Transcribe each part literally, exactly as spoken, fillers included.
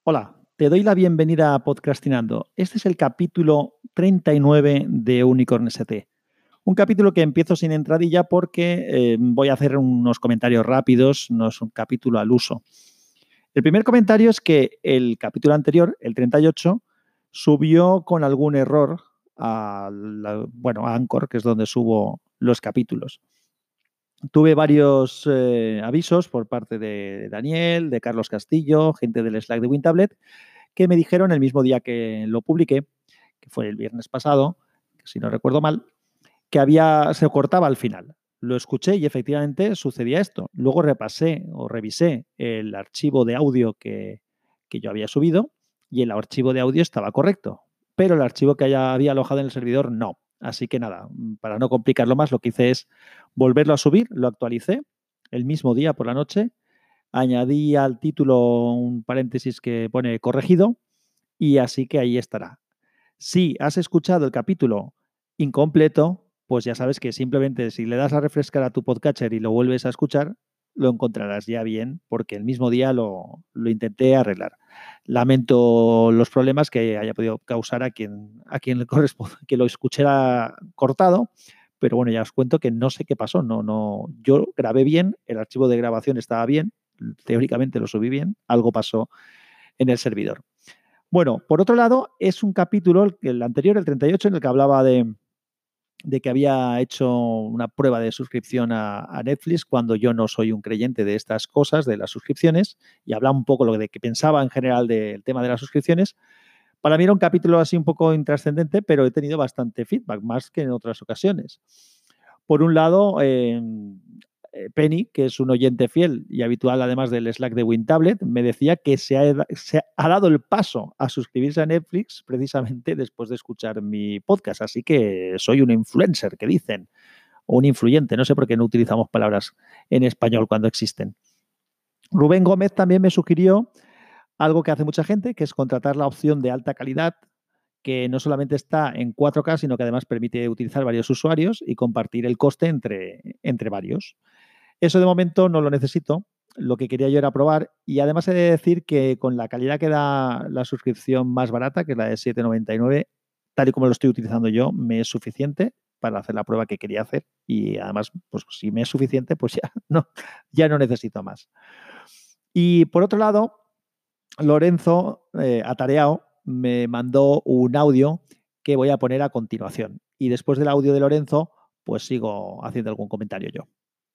Hola, te doy la bienvenida a Podcastinando. Este es el capítulo treinta y nueve de Unicorn S T. Un capítulo que empiezo sin entradilla porque eh, voy a hacer unos comentarios rápidos, no es un capítulo al uso. El primer comentario es que el capítulo anterior, el treinta y ocho, subió con algún error a, la, bueno, a Anchor, que es donde subo los capítulos. Tuve varios eh, avisos por parte de Daniel, de Carlos Castillo, gente del Slack de WinTablet, que me dijeron el mismo día que lo publiqué, que fue el viernes pasado, si no recuerdo mal, que había, se cortaba al final. Lo escuché y efectivamente sucedía esto. Luego repasé o revisé el archivo de audio que, que yo había subido y el archivo de audio estaba correcto, pero el archivo que haya, había alojado en el servidor no. Así que nada, para no complicarlo más, lo que hice es volverlo a subir, lo actualicé el mismo día por la noche, añadí al título un paréntesis que pone corregido y así que ahí estará. Si has escuchado el capítulo incompleto, pues ya sabes que simplemente si le das a refrescar a tu podcatcher y lo vuelves a escuchar, lo encontrarás ya bien, porque el mismo día lo, lo intenté arreglar. Lamento los problemas que haya podido causar a quien, a quien le corresponde, que lo escuchara cortado, pero bueno, ya os cuento que no sé qué pasó. No, no, yo grabé bien, el archivo de grabación estaba bien, teóricamente lo subí bien, algo pasó en el servidor. Bueno, por otro lado, es un capítulo, el, el anterior, el treinta y ocho, en el que hablaba de, de que había hecho una prueba de suscripción a, a Netflix cuando yo no soy un creyente de estas cosas, de las suscripciones, y hablaba un poco lo de que pensaba en general del tema de las suscripciones. Para mí era un capítulo así un poco intrascendente, pero he tenido bastante feedback, más que en otras ocasiones. Por un lado, eh, Penny, que es un oyente fiel y habitual además del Slack de WinTablet, me decía que se ha, se ha dado el paso a suscribirse a Netflix precisamente después de escuchar mi podcast. Así que soy un influencer, que dicen, o un influyente, no sé por qué no utilizamos palabras en español cuando existen. Rubén Gómez también me sugirió algo que hace mucha gente, que es contratar la opción de alta calidad, que no solamente está en cuatro K, sino que además permite utilizar varios usuarios y compartir el coste entre, entre varios. Eso de momento no lo necesito. Lo que quería yo era probar y además he de decir que con la calidad que da la suscripción más barata, que es la de siete noventa y nueve, tal y como lo estoy utilizando yo, me es suficiente para hacer la prueba que quería hacer y además, pues si me es suficiente, pues ya no, ya no necesito más. Y por otro lado, Lorenzo, eh, atareado, me mandó un audio que voy a poner a continuación. Y después del audio de Lorenzo, pues sigo haciendo algún comentario yo.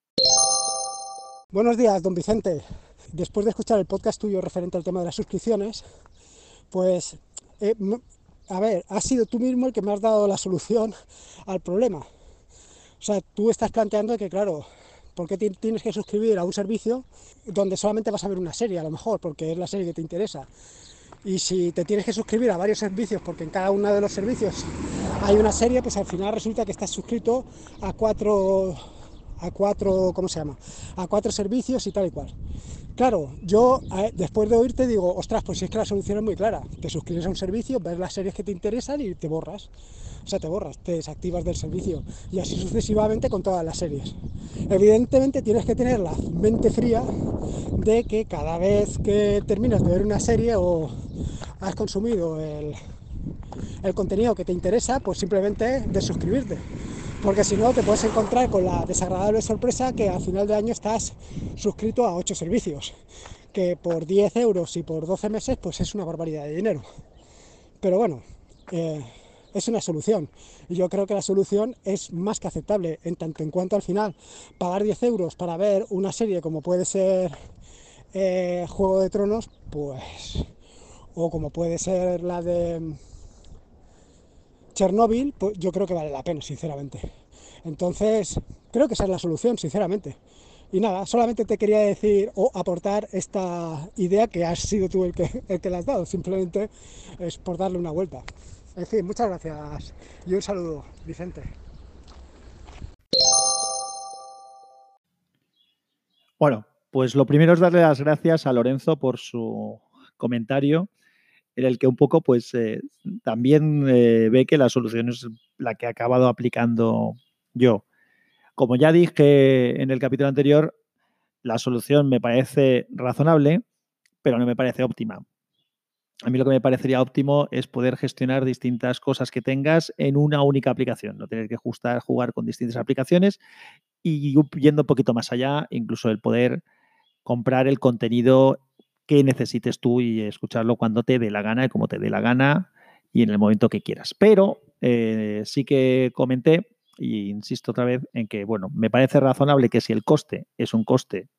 Buenos días, don Vicente. Después de escuchar el podcast tuyo referente al tema de las suscripciones, pues, eh, a ver, has sido tú mismo el que me has dado la solución al problema. O sea, tú estás planteando que, claro, ¿por qué tienes que suscribir a un servicio donde solamente vas a ver una serie, a lo mejor, porque es la serie que te interesa? Y si te tienes que suscribir a varios servicios, porque en cada uno de los servicios hay una serie, pues al final resulta que estás suscrito a cuatro, a cuatro, ¿cómo se llama? A cuatro servicios y tal y cual. Claro, yo después de oírte digo, ostras, pues si es que la solución es muy clara. Te suscribes a un servicio, ves las series que te interesan y te borras. O sea, te borras, te desactivas del servicio. Y así sucesivamente con todas las series. Evidentemente tienes que tener la mente fría de que cada vez que terminas de ver una serie o has consumido el, el contenido que te interesa, pues simplemente desuscribirte. Porque si no te puedes encontrar con la desagradable sorpresa que al final de año estás suscrito a ocho servicios, que por diez euros y por doce meses pues es una barbaridad de dinero. Pero bueno, eh, es una solución y yo creo que la solución es más que aceptable en tanto en cuanto al final pagar diez euros para ver una serie como puede ser eh, Juego de Tronos, pues, o como puede ser la de Chernobyl, pues yo creo que vale la pena, sinceramente. Entonces, creo que esa es la solución, sinceramente. Y nada, solamente te quería decir o aportar esta idea que has sido tú el que, el que la has dado, simplemente es por darle una vuelta. En fin, muchas gracias y un saludo, Vicente. Bueno, pues lo primero es darle las gracias a Lorenzo por su comentario, en el que un poco pues eh, también eh, ve que la solución es la que he acabado aplicando yo. Como ya dije en el capítulo anterior, la solución me parece razonable, pero no me parece óptima. A mí lo que me parecería óptimo es poder gestionar distintas cosas que tengas en una única aplicación, no tener que ajustar, jugar con distintas aplicaciones y yendo un poquito más allá, incluso el poder comprar el contenido que necesites tú y escucharlo cuando te dé la gana y como te dé la gana y en el momento que quieras. Pero eh, sí que comenté, y insisto otra vez, en que, bueno, me parece razonable que si el coste es un coste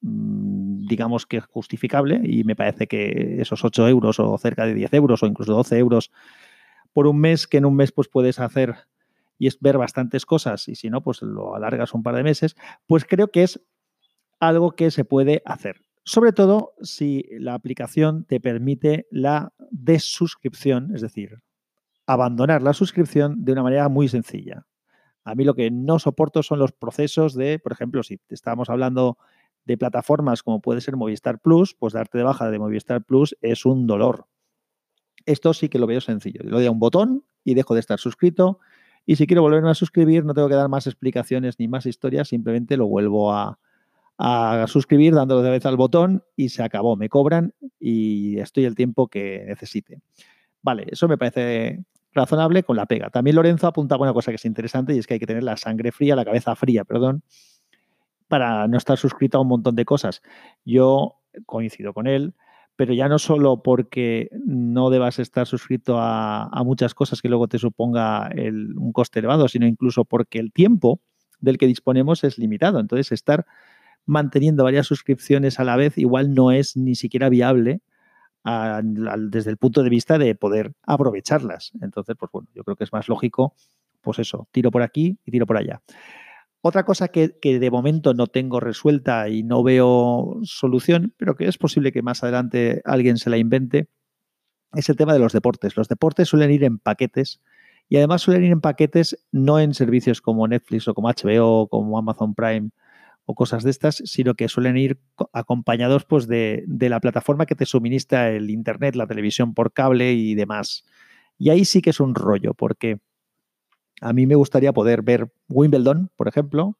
digamos que es justificable y me parece que esos ocho euros o cerca de diez euros o incluso doce euros por un mes, que en un mes pues puedes hacer y es ver bastantes cosas y si no, pues lo alargas un par de meses, pues creo que es algo que se puede hacer. Sobre todo si la aplicación te permite la desuscripción, es decir, abandonar la suscripción de una manera muy sencilla. A mí lo que no soporto son los procesos de, por ejemplo, si estábamos hablando de plataformas como puede ser Movistar Plus, pues darte de baja de Movistar Plus es un dolor. Esto sí que lo veo sencillo. Le doy a un botón y dejo de estar suscrito. Y si quiero volverme a suscribir, no tengo que dar más explicaciones ni más historias, simplemente lo vuelvo a, a suscribir dándole de vez al botón y se acabó. Me cobran y estoy el tiempo que necesite. Vale, eso me parece razonable con la pega. También Lorenzo apuntaba una cosa que es interesante y es que hay que tener la sangre fría, la cabeza fría, perdón, para no estar suscrito a un montón de cosas. Yo coincido con él, pero ya no solo porque no debas estar suscrito a, a muchas cosas que luego te suponga el, un coste elevado, sino incluso porque el tiempo del que disponemos es limitado. Entonces, estar manteniendo varias suscripciones a la vez igual no es ni siquiera viable a, a, desde el punto de vista de poder aprovecharlas. Entonces, pues bueno, yo creo que es más lógico, pues eso, tiro por aquí y tiro por allá. Otra cosa que, que de momento no tengo resuelta y no veo solución, pero que es posible que más adelante alguien se la invente, es el tema de los deportes. Los deportes suelen ir en paquetes y además suelen ir en paquetes no en servicios como Netflix o como H B O o como Amazon Prime o cosas de estas, sino que suelen ir acompañados pues, de, de la plataforma que te suministra el internet, la televisión por cable y demás. Y ahí sí que es un rollo, porque a mí me gustaría poder ver Wimbledon, por ejemplo,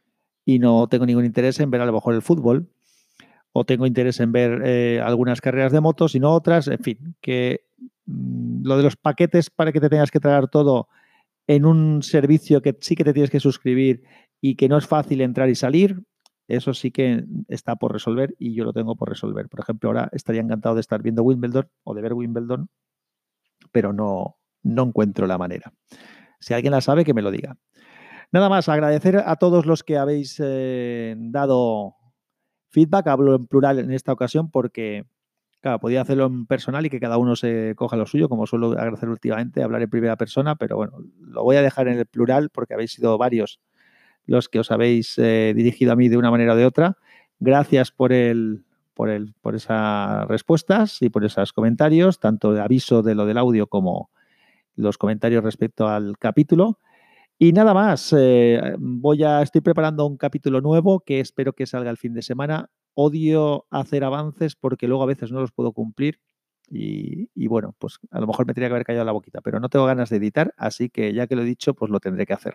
y no tengo ningún interés en ver a lo mejor el fútbol, o tengo interés en ver eh, algunas carreras de motos y no otras, en fin, que mmm, lo de los paquetes para que te tengas que tragar todo en un servicio que sí que te tienes que suscribir y que no es fácil entrar y salir, eso sí que está por resolver y yo lo tengo por resolver. Por ejemplo, ahora estaría encantado de estar viendo Wimbledon o de ver Wimbledon, pero no, no encuentro la manera. Si alguien la sabe, que me lo diga. Nada más, agradecer a todos los que habéis eh, dado feedback. Hablo en plural en esta ocasión porque, claro, podía hacerlo en personal y que cada uno se coja lo suyo, como suelo agradecer últimamente, hablar en primera persona, pero bueno, lo voy a dejar en el plural porque habéis sido varios los que os habéis eh, dirigido a mí de una manera o de otra. Gracias por el, por el, por esas respuestas y por esos comentarios, tanto de aviso de lo del audio como los comentarios respecto al capítulo. Y nada más, eh, voy a, estoy preparando un capítulo nuevo que espero que salga el fin de semana. Odio hacer avances porque luego a veces no los puedo cumplir y, y bueno, pues a lo mejor me tendría que haber callado la boquita, pero no tengo ganas de editar, así que ya que lo he dicho, pues lo tendré que hacer.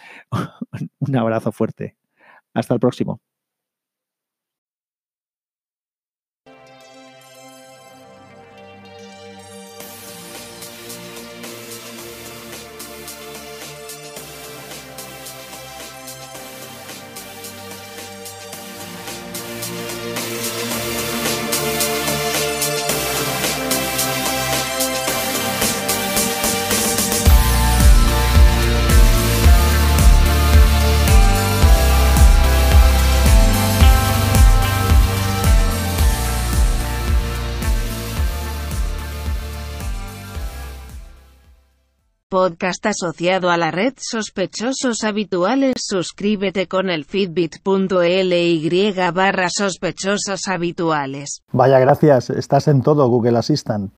Un abrazo fuerte. Hasta el próximo. Podcast asociado a la red Sospechosos Habituales. Suscríbete con el feedbit punto l y barra sospechosos habituales. Vaya, gracias. Estás en todo, Google Assistant.